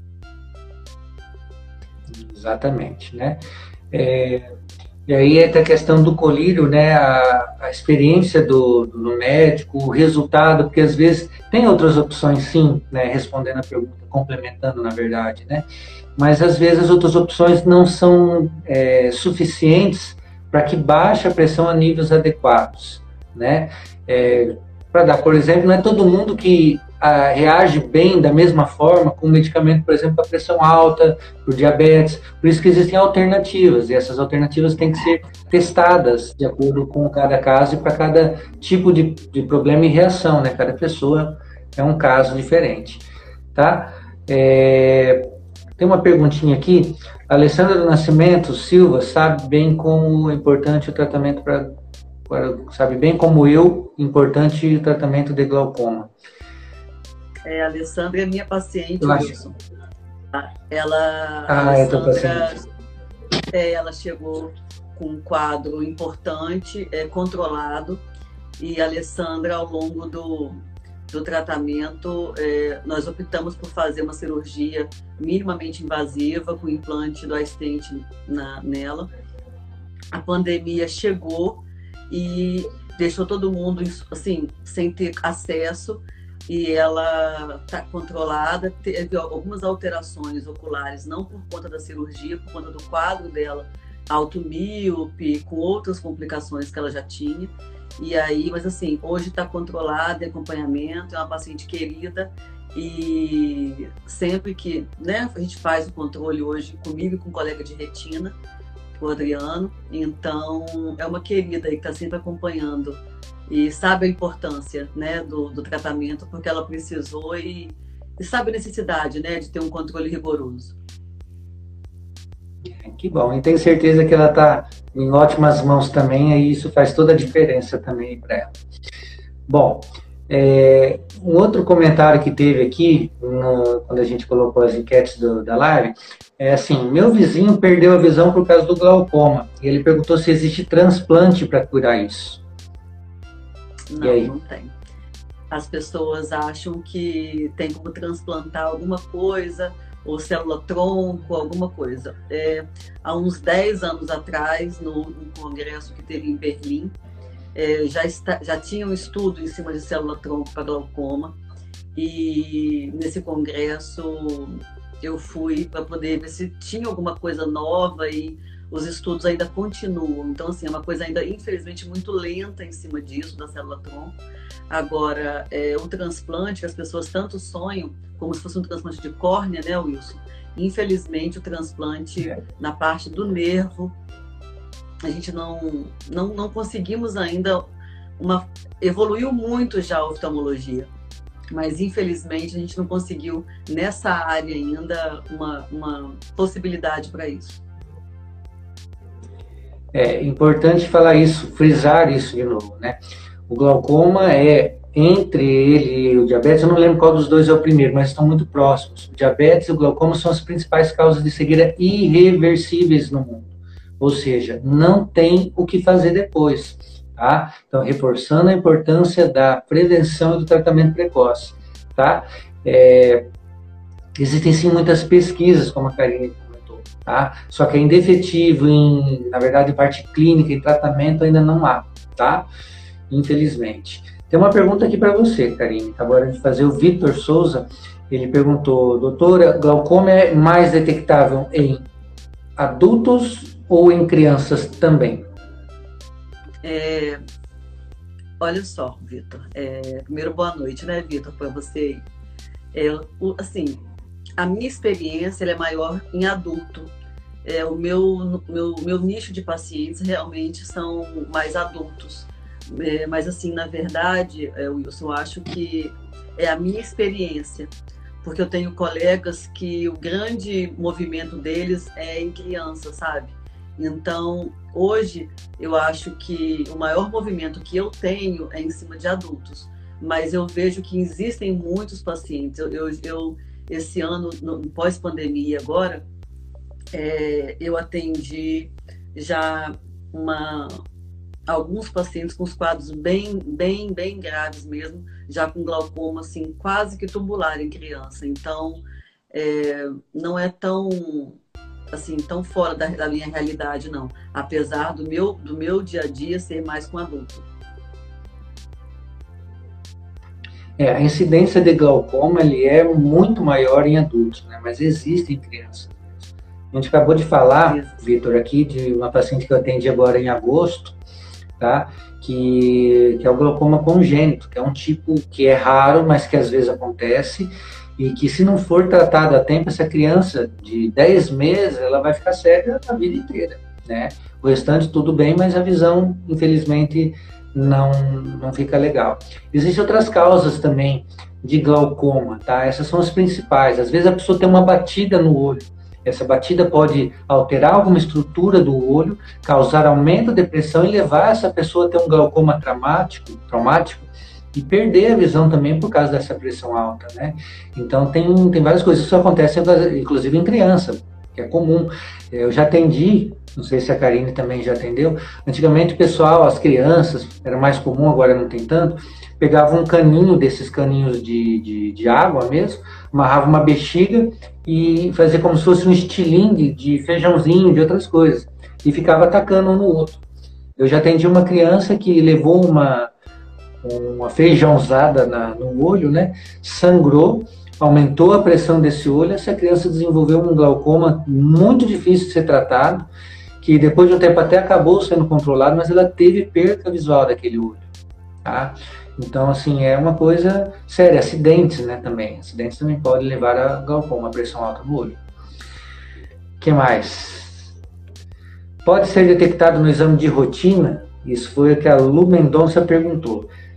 Exatamente, né? E aí entra a questão do colírio, né? A experiência do médico, o resultado, porque às vezes tem outras opções, sim, né? Respondendo a pergunta, complementando, na verdade, né? Mas às vezes as outras opções não são suficientes para que baixe a pressão a níveis adequados, né? Para dar, por exemplo, não é todo mundo que reage bem da mesma forma com medicamento, por exemplo, para pressão alta, por diabetes. Por isso que existem alternativas, e essas alternativas têm que ser testadas de acordo com cada caso e para cada tipo de problema e reação, né? Cada pessoa é um caso diferente, tá? Tem uma perguntinha aqui. A Alessandra do Nascimento Silva sabe bem como é importante o tratamento sabe bem como importante o tratamento de glaucoma. A Alessandra é minha paciente, Wilson. Ela chegou com um quadro importante, controlado, e a Alessandra, ao longo do tratamento, nós optamos por fazer uma cirurgia minimamente invasiva, com implante do iStent nela. A pandemia chegou e deixou todo mundo assim, sem ter acesso, e ela está controlada. Teve algumas alterações oculares, não por conta da cirurgia, por conta do quadro dela, automíope, com outras complicações que ela já tinha. E aí, mas assim, hoje está controlada, acompanhamento, é uma paciente querida, e sempre que, né, a gente faz o controle hoje comigo e com um colega de retina, o Adriano, então é uma querida aí que está sempre acompanhando e sabe a importância, né, do tratamento, porque ela precisou e sabe a necessidade, né, de ter um controle rigoroso. Que bom, e tenho certeza que ela está em ótimas mãos também, e isso faz toda a diferença também para ela. Bom, Um outro comentário que teve aqui, quando a gente colocou as enquetes da live, é assim: meu vizinho perdeu a visão por causa do glaucoma. E ele perguntou se existe transplante para curar isso. Não, não tem. As pessoas acham que tem como transplantar alguma coisa, ou célula-tronco, alguma coisa. Há uns 10 anos atrás, no congresso que teve em Berlim, já tinha um estudo em cima de célula-tronco para glaucoma, e nesse congresso eu fui para poder ver se tinha alguma coisa nova, e os estudos ainda continuam. Então, assim, é uma coisa ainda, infelizmente, muito lenta em cima disso, da célula-tronco. Agora, o transplante, que as pessoas tanto sonham, como se fosse um transplante de córnea, né, Wilson? Infelizmente, o transplante na parte do nervo, a gente não conseguimos ainda evoluiu muito já a oftalmologia, mas infelizmente a gente não conseguiu nessa área ainda uma possibilidade para isso. É importante falar isso, frisar isso de novo, né? O glaucoma entre ele e o diabetes, eu não lembro qual dos dois é o primeiro, mas estão muito próximos. O diabetes e o glaucoma são as principais causas de cegueira irreversíveis no mundo. Ou seja, não tem o que fazer depois, tá? Então, reforçando a importância da prevenção e do tratamento precoce, tá? Existem sim muitas pesquisas, como a Karine comentou, tá? Só que ainda efetivo na verdade, em parte clínica e tratamento ainda não há, tá? Infelizmente. Tem uma pergunta aqui para você, Karine. Agora de fazer o Vitor Souza, ele perguntou: doutora, glaucoma é mais detectável em adultos ou em crianças também? Olha só, Vitor. Primeiro, boa noite, né, Vitor, para você. Assim, a minha experiência é maior em adulto. O meu nicho de pacientes realmente são mais adultos. Mas, assim, na verdade, Wilson, eu acho que é a minha experiência, porque eu tenho colegas que o grande movimento deles é em criança, sabe? Então, hoje, eu acho que o maior movimento que eu tenho é em cima de adultos, mas eu vejo que existem muitos pacientes. Eu esse ano, pós-pandemia agora, eu atendi já alguns pacientes com os quadros bem graves mesmo, já com glaucoma, assim, quase que tubular em criança. Então, não é tão fora da minha realidade, não. Apesar do meu dia a dia ser mais com adulto. A incidência de glaucoma é muito maior em adultos, né? Mas existe em crianças. A gente acabou de falar, Vitor, aqui de uma paciente que eu atendi agora em agosto, tá? Que é o glaucoma congênito, que é um tipo que é raro, mas que às vezes acontece, e que se não for tratado a tempo, essa criança de 10 meses, ela vai ficar cega a vida inteira, né? O restante tudo bem, mas a visão, infelizmente, não fica legal. Existem outras causas também de glaucoma, tá? Essas são as principais. Às vezes a pessoa tem uma batida no olho. Essa batida pode alterar alguma estrutura do olho, causar aumento de pressão e levar essa pessoa a ter um glaucoma traumático e perder a visão também por causa dessa pressão alta, né? Então tem várias coisas. Isso acontece inclusive em criança, que é comum. Eu já atendi, não sei se a Karine também já atendeu, antigamente o pessoal, as crianças, era mais comum, agora não tem tanto, pegava um caninho, desses caninhos de água mesmo, amarrava uma bexiga e fazia como se fosse um estilingue de feijãozinho, de outras coisas, e ficava atacando um no outro. Eu já atendi uma criança que levou uma feijãozada no olho, né? Sangrou, aumentou a pressão desse olho, essa criança desenvolveu um glaucoma muito difícil de ser tratado, que depois de um tempo até acabou sendo controlado, mas ela teve perca visual daquele olho, tá? Então, assim, é uma coisa séria. Acidentes, né, também. Acidentes também podem levar a glaucoma, a pressão alta no olho. O que mais? Pode ser detectado no exame de rotina? Isso foi o que a Lu Mendonça perguntou.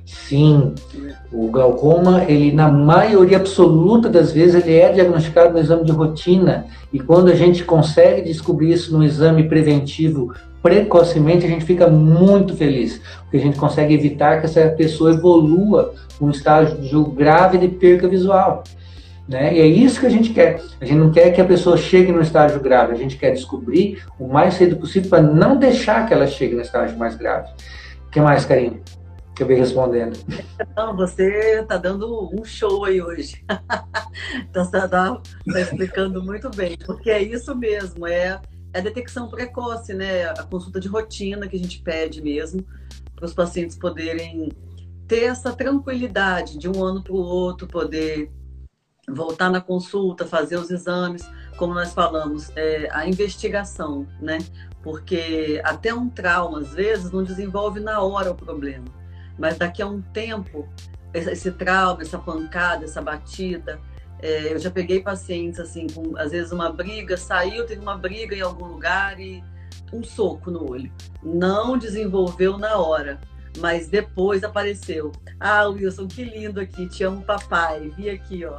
Sim, o glaucoma, ele na maioria absoluta das vezes, ele é diagnosticado no exame de rotina, e quando a gente consegue descobrir isso no exame preventivo precocemente, a gente fica muito feliz, porque a gente consegue evitar que essa pessoa evolua com um estágio grave de perca visual, né? E é isso que a gente quer. A gente não quer que a pessoa chegue no estágio grave, a gente quer descobrir o mais cedo possível para não deixar que ela chegue no estágio mais grave. O que mais, Karine? Que eu venho respondendo. Não, você está dando um show aí hoje. Então, você está explicando muito bem, porque é isso mesmo, é a detecção precoce, né? A consulta de rotina que a gente pede mesmo, para os pacientes poderem ter essa tranquilidade de um ano para o outro, poder voltar na consulta, fazer os exames, como nós falamos, a investigação, né? Porque até um trauma, às vezes, não desenvolve na hora o problema, mas daqui a um tempo, esse trauma, essa pancada, essa batida, eu já peguei pacientes, assim, com, às vezes, uma briga, teve uma briga em algum lugar e um soco no olho. Não desenvolveu na hora, mas depois apareceu. Ah, Wilson, que lindo aqui, te amo, papai. Vi aqui, ó.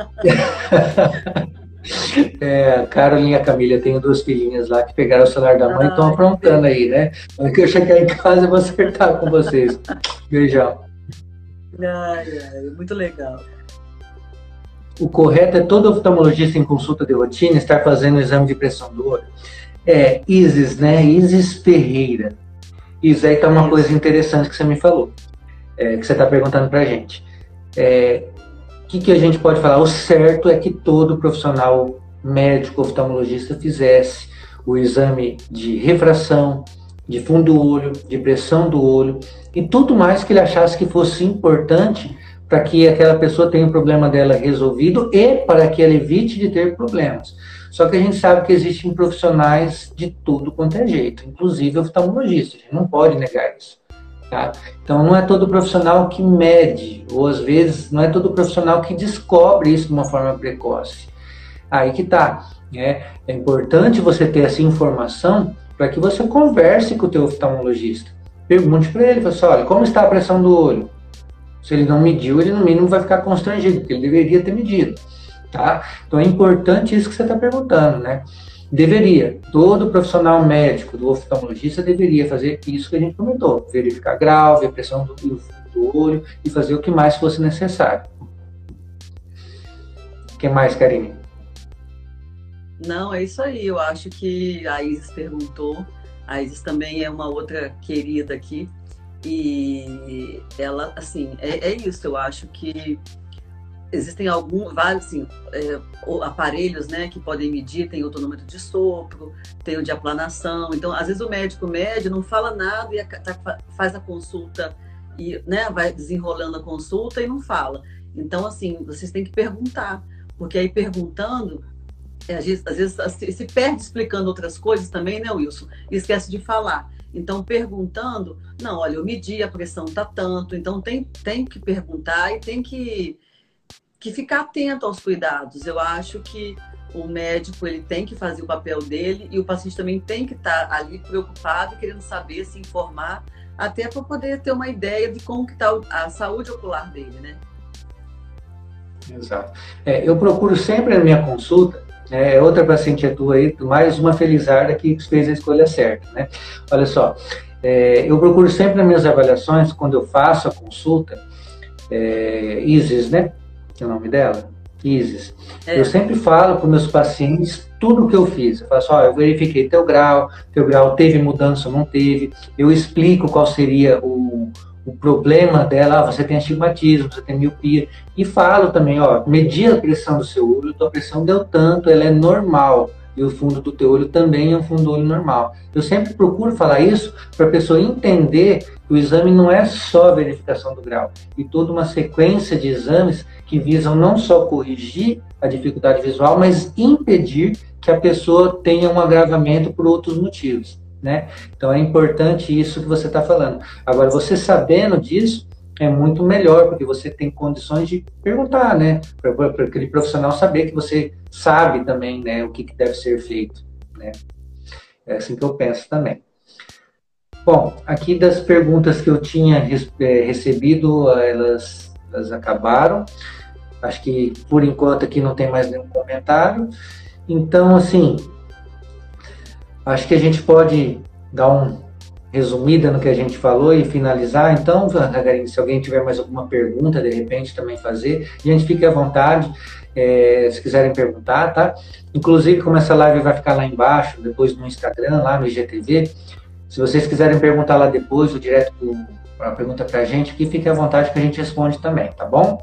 A Carolina e a Camila, tenho duas filhinhas lá que pegaram o celular da mãe e estão aprontando aí, né? Quando que eu chegar em casa, eu vou acertar com vocês. Beijão. Muito legal. O correto é todo oftalmologista em consulta de rotina estar fazendo o exame de pressão do olho. Isis, né? Isis Ferreira. Isso aí tá uma coisa interessante que você me falou, que você está perguntando para a gente. O que a gente pode falar? O certo é que todo profissional médico oftalmologista fizesse o exame de refração, de fundo do olho, de pressão do olho e tudo mais que ele achasse que fosse importante para que aquela pessoa tenha o problema dela resolvido e para que ela evite de ter problemas. Só que a gente sabe que existem profissionais de tudo quanto é jeito, inclusive oftalmologistas, a gente não pode negar isso. Tá? Então não é todo profissional que mede, ou às vezes não é todo profissional que descobre isso de uma forma precoce. Aí que tá, né? É importante você ter essa informação para que você converse com o teu oftalmologista. Pergunte para ele, fala assim, olha, como está a pressão do olho? Se ele não mediu, ele no mínimo vai ficar constrangido, porque ele deveria ter medido. Tá? Então é importante isso que você está perguntando, né? Deveria, todo profissional médico, do oftalmologista, deveria fazer isso que a gente comentou, verificar grau, ver pressão do olho e fazer o que mais fosse necessário. O que mais, Karine? Não, é isso aí, eu acho que a Isis perguntou, a Isis também é uma outra querida aqui, e ela, assim, é isso, eu acho que existem vários assim, aparelhos, né, que podem medir, tem o tonômetro de sopro, tem o de aplanação, então às vezes o médico mede, não fala nada e faz a consulta e, né, vai desenrolando a consulta e não fala. Então assim, vocês têm que perguntar, porque aí perguntando, às vezes se perde explicando outras coisas também, né, Wilson? E esquece de falar. Então, perguntando, não, olha, eu medi, a pressão tá tanto, então tem que perguntar e tem que ficar atento aos cuidados. Eu acho que o médico ele tem que fazer o papel dele e o paciente também tem que estar ali preocupado, querendo saber, se informar, até para poder ter uma ideia de como que está a saúde ocular dele, né? Exato. Eu procuro sempre na minha consulta, outra paciente tua aí, mais uma felizarda que fez a escolha certa, né? Olha só, eu procuro sempre nas minhas avaliações, quando eu faço a consulta, Isis, né? Que é o nome dela? Isis. Eu sempre falo para os meus pacientes tudo o que eu fiz. Eu falo assim, eu verifiquei teu grau teve mudança ou não teve. Eu explico qual seria o problema dela. Você tem astigmatismo, você tem miopia. E falo também, medi a pressão do seu olho, tua pressão deu tanto, ela é normal. E o fundo do teu olho também é um fundo do olho normal. Eu sempre procuro falar isso para a pessoa entender que o exame não é só a verificação do grau, e toda uma sequência de exames que visam não só corrigir a dificuldade visual, mas impedir que a pessoa tenha um agravamento por outros motivos, né? Então é importante isso que você está falando. Agora, você sabendo disso, é muito melhor, porque você tem condições de perguntar, né? Para aquele profissional saber que você sabe também, né, o que deve ser feito, né? É assim que eu penso também. Bom, aqui das perguntas que eu tinha recebido, elas acabaram. Acho que por enquanto aqui não tem mais nenhum comentário. Então, assim, acho que a gente pode dar uma resumida no que a gente falou e finalizar. Então, Ragarinho, se alguém tiver mais alguma pergunta, de repente também fazer, a gente fique à vontade, se quiserem perguntar, tá? Inclusive, como essa live vai ficar lá embaixo, depois no Instagram, lá no IGTV, se vocês quiserem perguntar lá depois, ou direto a pergunta para a gente, aqui fique à vontade que a gente responde também, tá bom?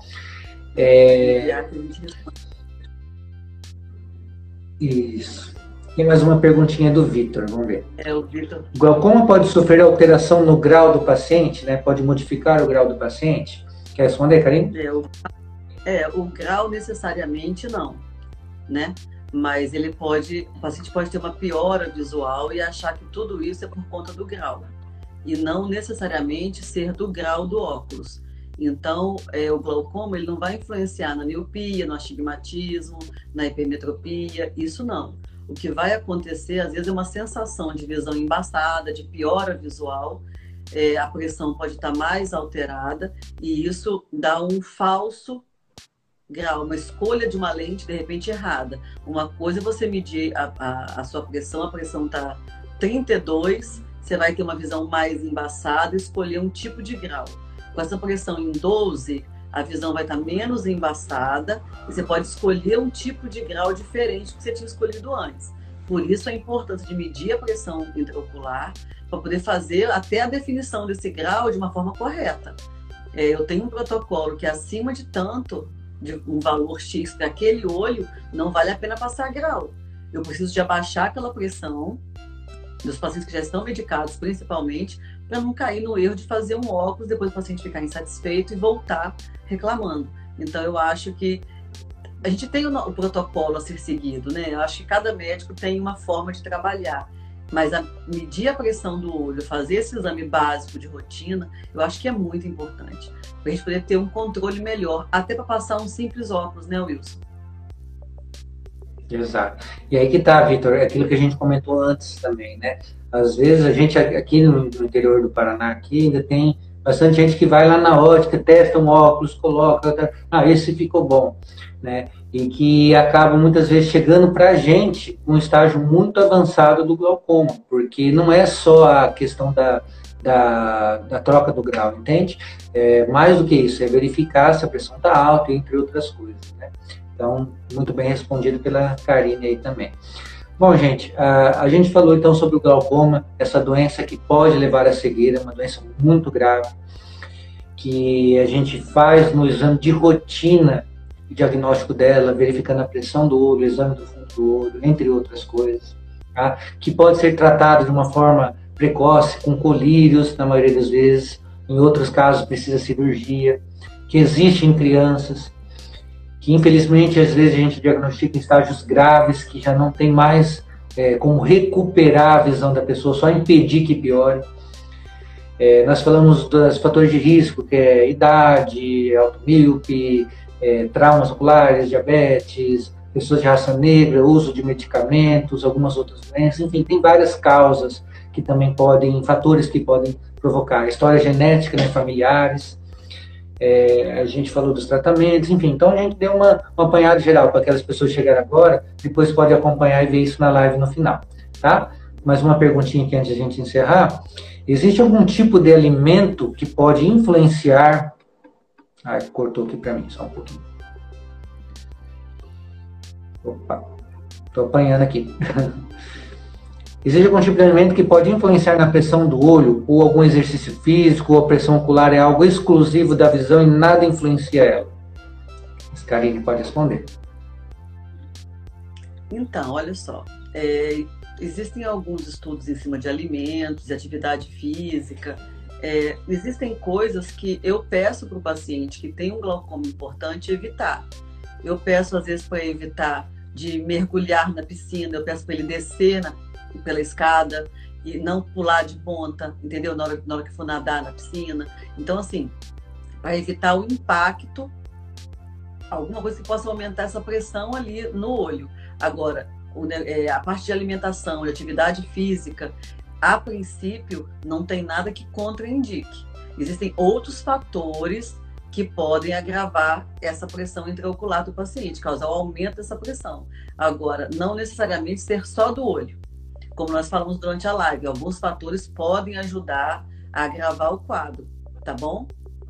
Isso. Tem mais uma perguntinha do Vitor, vamos ver. O Vitor. Glaucoma pode sofrer alteração no grau do paciente, né? Pode modificar o grau do paciente? Quer responder, Karine? O grau necessariamente não, né? Mas o paciente pode ter uma piora visual e achar que tudo isso é por conta do grau, e não necessariamente ser do grau do óculos. Então, o glaucoma ele não vai influenciar na miopia, no astigmatismo, na hipermetropia, isso não. O que vai acontecer, às vezes, é uma sensação de visão embaçada, de piora visual, a pressão pode estar mais alterada, e isso dá um falso grau, uma escolha de uma lente, de repente, errada. Uma coisa é você medir a sua pressão, a pressão está 32, você vai ter uma visão mais embaçada e escolher um tipo de grau. Com essa pressão em 12, a visão vai estar menos embaçada e você pode escolher um tipo de grau diferente do que você tinha escolhido antes. Por isso a importância de medir a pressão intraocular para poder fazer até a definição desse grau de uma forma correta. Eu tenho um protocolo que acima de tanto, de um valor X para aquele olho, não vale a pena passar grau. Eu preciso de abaixar aquela pressão dos pacientes que já estão medicados, principalmente, para não cair no erro de fazer um óculos, depois o paciente ficar insatisfeito e voltar reclamando. Então, eu acho que a gente tem o protocolo a ser seguido, né? Eu acho que cada médico tem uma forma de trabalhar, mas medir a pressão do olho, fazer esse exame básico de rotina, eu acho que é muito importante, para a gente poder ter um controle melhor, até para passar um simples óculos, né, Wilson? Exato. E aí que tá, Vitor, é aquilo que a gente comentou antes também, né? Às vezes a gente aqui no interior do Paraná aqui ainda tem bastante gente que vai lá na ótica, testa um óculos, coloca, esse ficou bom, né? E que acaba muitas vezes chegando para a gente um estágio muito avançado do glaucoma, porque não é só a questão da troca do grau, entende? Mais do que isso, é verificar se a pressão está alta, entre outras coisas, né? Então, muito bem respondido pela Karine aí também. Bom, gente, a gente falou então sobre o glaucoma, essa doença que pode levar à cegueira, uma doença muito grave, que a gente faz no exame de rotina, o diagnóstico dela, verificando a pressão do olho, o exame do fundo do olho, entre outras coisas, tá? Que pode ser tratado de uma forma precoce, com colírios, na maioria das vezes, em outros casos precisa cirurgia, que existe em crianças, que infelizmente às vezes a gente diagnostica em estágios graves, que já não tem mais como recuperar a visão da pessoa, só impedir que piore. Nós falamos dos fatores de risco, que é idade, automíope, traumas oculares, diabetes, pessoas de raça negra, uso de medicamentos, algumas outras doenças, enfim, tem várias causas que também fatores que podem provocar, história genética, né, familiares. A gente falou dos tratamentos, enfim, então a gente deu um apanhado geral para aquelas pessoas que chegaram agora, depois pode acompanhar e ver isso na live no final, tá? Mais uma perguntinha aqui antes de a gente encerrar. Existe algum tipo de alimento que pode influenciar... cortou aqui para mim, só um pouquinho. Opa, estou apanhando aqui. Existe algum tipo de alimento que pode influenciar na pressão do olho, ou algum exercício físico, ou a pressão ocular é algo exclusivo da visão e nada influencia ela? Esse Karine pode responder. Então, olha só, existem alguns estudos em cima de alimentos, de atividade física, existem coisas que eu peço para o paciente que tem um glaucoma importante evitar. Eu peço, às vezes, para evitar de mergulhar na piscina, eu peço para ele descer pela escada e não pular de ponta, entendeu? Na hora que for nadar na piscina. Então, assim, para evitar o impacto, alguma coisa que possa aumentar essa pressão ali no olho. Agora, a parte de alimentação, de atividade física, a princípio, não tem nada que contraindique. Existem outros fatores que podem agravar essa pressão intraocular do paciente, causar o aumento dessa pressão. Agora, não necessariamente ser só do olho. Como nós falamos durante a live, alguns fatores podem ajudar a agravar o quadro, tá bom?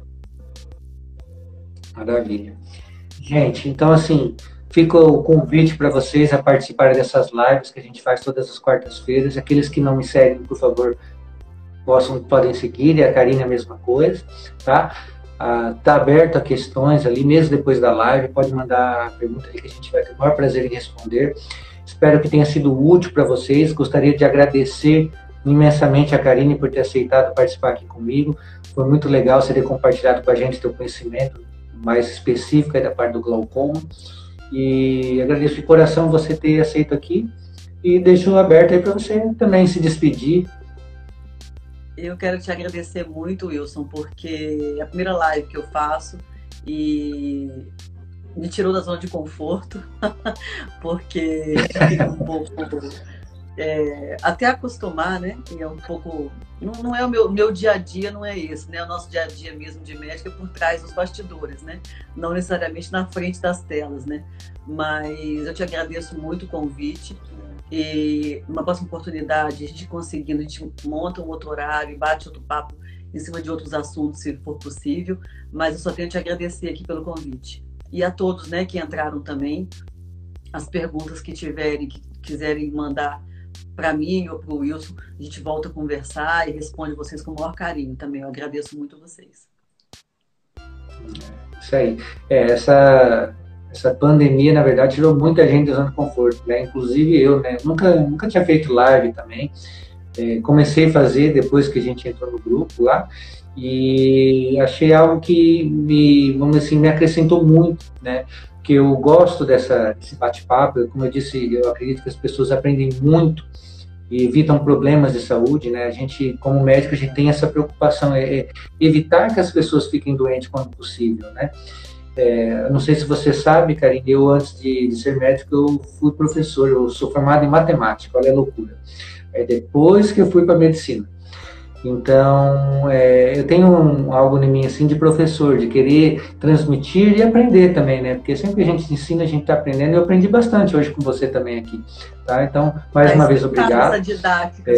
Maravilha. Gente, então assim, fica o convite para vocês a participarem dessas lives que a gente faz todas as quartas-feiras. Aqueles que não me seguem, por favor, podem seguir, e a Karine a mesma coisa, tá? Tá aberto a questões ali, mesmo depois da live, pode mandar a pergunta ali que a gente vai ter o maior prazer em responder. Espero que tenha sido útil para vocês. Gostaria de agradecer imensamente a Karine por ter aceitado participar aqui comigo. Foi muito legal você ter compartilhado com a gente seu conhecimento mais específico aí da parte do glaucoma. E agradeço de coração você ter aceito aqui e deixo aberto aí para você também se despedir. Eu quero te agradecer muito, Wilson, porque é a primeira live que eu faço e me tirou da zona de conforto, porque fica um pouco... até acostumar, né? E é um pouco... Não é o meu dia a dia, não é esse, né? O nosso dia a dia mesmo de médico é por trás dos bastidores, né? Não necessariamente na frente das telas, né? Mas eu te agradeço muito o convite. E uma próxima oportunidade, a gente conseguindo, a gente monta um outro horário e bate outro papo em cima de outros assuntos, se for possível. Mas eu só tenho que te agradecer aqui pelo convite. E a todos, né, que entraram também, as perguntas que tiverem, que quiserem mandar para mim ou para o Wilson, a gente volta a conversar e responde vocês com o maior carinho também. Eu agradeço muito a vocês. Isso aí. Essa pandemia, na verdade, tirou muita gente da zona de conforto, né? Inclusive eu, né? Nunca tinha feito live também. Comecei a fazer depois que a gente entrou no grupo lá e achei algo que vamos dizer assim, me acrescentou muito, né? Porque eu gosto desse bate-papo. Como eu disse, eu acredito que as pessoas aprendem muito e evitam problemas de saúde, né? A gente, como médico, a gente tem essa preocupação, evitar que as pessoas fiquem doentes quando possível, né? Não sei se você sabe, Karine, eu antes de ser médico, eu fui professor, eu sou formado em matemática, olha a loucura. Depois que eu fui para medicina. Então, eu tenho algo em mim, assim, de professor, de querer transmitir e aprender também, né? Porque sempre que a gente ensina, a gente está aprendendo. Eu aprendi bastante hoje com você também aqui, tá? Então, mais uma vez, obrigado. Essa didática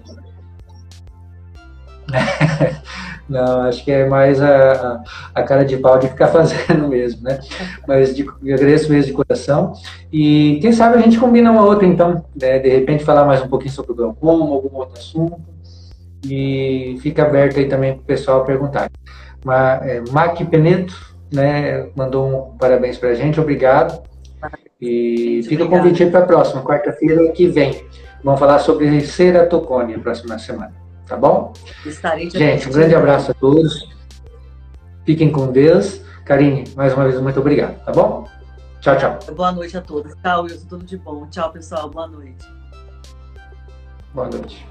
Não, acho que é mais a cara de pau de ficar fazendo mesmo, né? Mas eu agradeço mesmo de coração. E quem sabe a gente combina uma outra, então, né? De repente falar mais um pouquinho sobre o glaucoma, algum outro assunto. E fica aberto aí também para o pessoal perguntar. Mac Penedo, né? Mandou um parabéns para a gente, obrigado. E fica o convite aí para a próxima, quarta-feira que vem. Vamos falar sobre ceratocone na próxima semana. Tá bom? Gente, um grande abraço a todos. Fiquem com Deus. Karine, mais uma vez, muito obrigado. Tá bom? Tchau, tchau. Boa noite a todos. Tchau, Wilson. Tudo de bom. Tchau, pessoal. Boa noite. Boa noite.